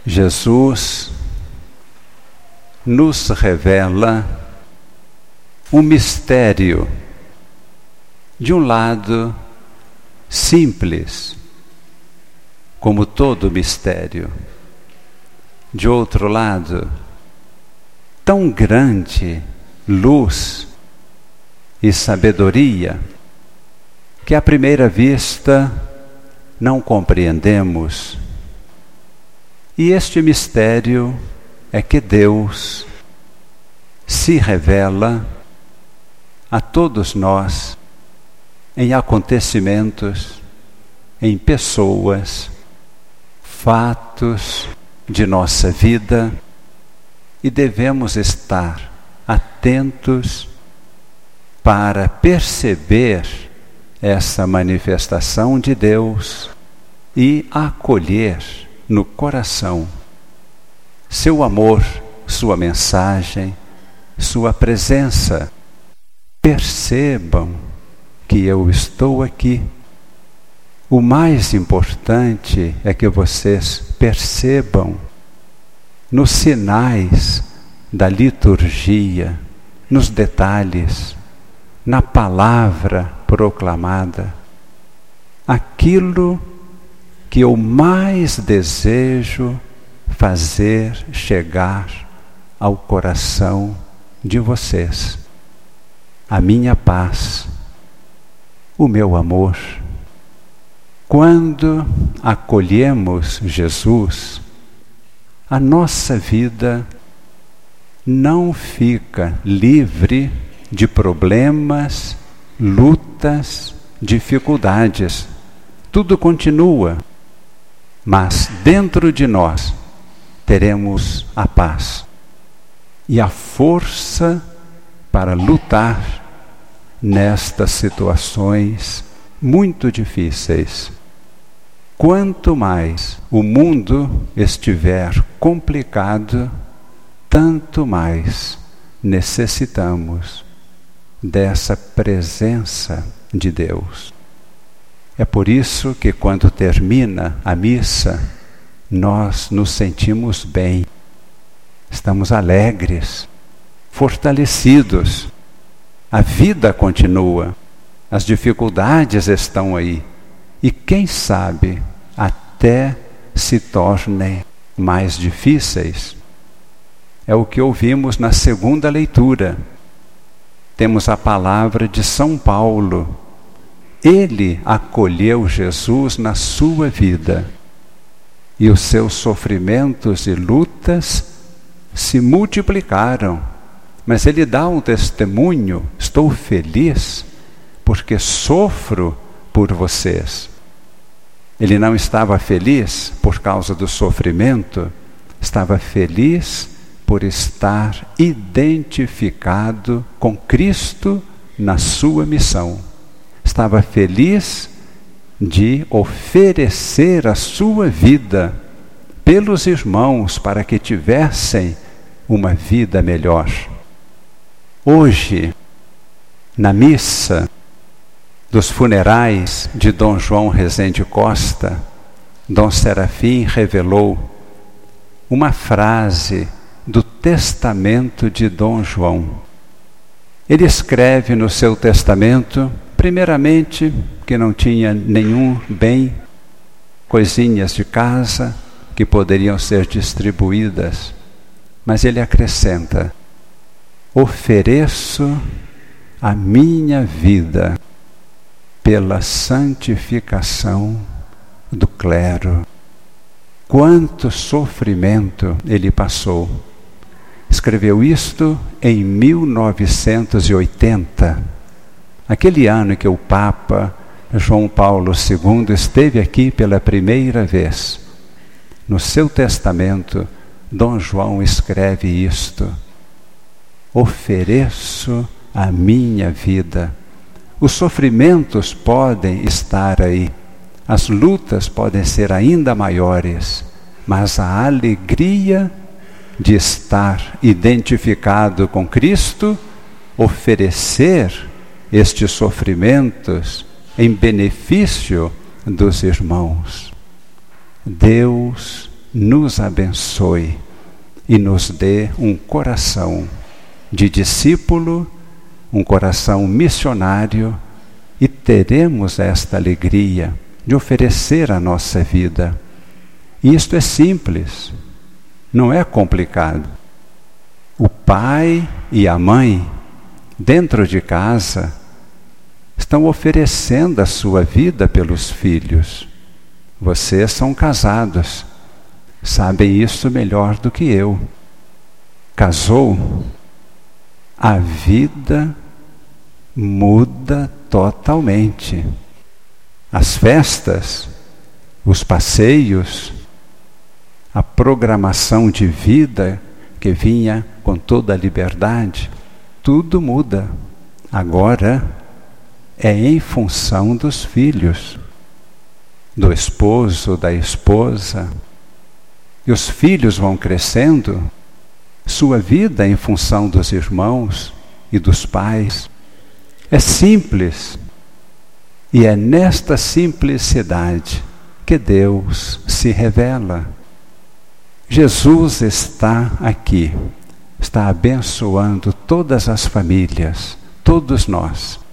Jesus nos revela um mistério, de um lado simples, como todo mistério, de outro lado, tão grande luz e sabedoria, que à primeira vista não compreendemos. E este mistério é que Deus se revela a todos nós em acontecimentos, em pessoas, fatos de nossa vida, e devemos estar atentos para perceber essa manifestação de Deus e acolher no coração seu amor, sua mensagem, sua presença. Percebam que eu estou aqui. O mais importante é que vocês percebam nos sinais da liturgia, nos detalhes, na palavra proclamada, aquilo que eu mais desejo fazer chegar ao coração de vocês. A minha paz, o meu amor. Quando acolhemos Jesus, a nossa vida não fica livre de problemas, lutas, dificuldades. Tudo continua, mas dentro de nós teremos a paz e a força para lutar nestas situações muito difíceis. Quanto mais o mundo estiver complicado, tanto mais necessitamos dessa presença de Deus. É por isso que quando termina a missa, nós nos sentimos bem, estamos alegres, fortalecidos. A vida continua, as dificuldades estão aí, e quem sabe até se tornem mais difíceis. É o que ouvimos na segunda leitura. Temos a palavra de São Paulo. Ele acolheu Jesus na sua vida, e os seus sofrimentos e lutas se multiplicaram. Mas ele dá um testemunho: estou feliz porque sofro por vocês. Ele não estava feliz por causa do sofrimento, estava feliz por estar identificado com Cristo na sua missão. Estava feliz de oferecer a sua vida pelos irmãos para que tivessem uma vida melhor. Hoje, na missa dos funerais de Dom João Rezende Costa, Dom Serafim revelou uma frase do testamento de Dom João. Ele escreve no seu testamento, primeiramente, que não tinha nenhum bem, coisinhas de casa que poderiam ser distribuídas, mas ele acrescenta: ofereço a minha vida pela santificação do clero. Quanto sofrimento ele passou. Escreveu isto em 1980, aquele ano que o Papa João Paulo II esteve aqui pela primeira vez. No seu testamento, Dom João escreve isto: ofereço a minha vida. Os sofrimentos podem estar aí, as lutas podem ser ainda maiores, mas a alegria de estar identificado com Cristo, oferecer estes sofrimentos em benefício dos irmãos. Deus nos abençoe e nos dê um coração de discípulo, um coração missionário, e teremos esta alegria de oferecer a nossa vida. E isto é simples, não é complicado. O pai e a mãe, dentro de casa, estão oferecendo a sua vida pelos filhos. Vocês são casados, sabem isso melhor do que eu. Casou, a vida muda totalmente. As festas, os passeios, a programação de vida que vinha com toda a liberdade, tudo muda. Agora é em função dos filhos, do esposo, da esposa. E os filhos vão crescendo, sua vida é em função dos irmãos e dos pais. É simples. E é nesta simplicidade que Deus se revela. Jesus está aqui, está abençoando todas as famílias, todos nós.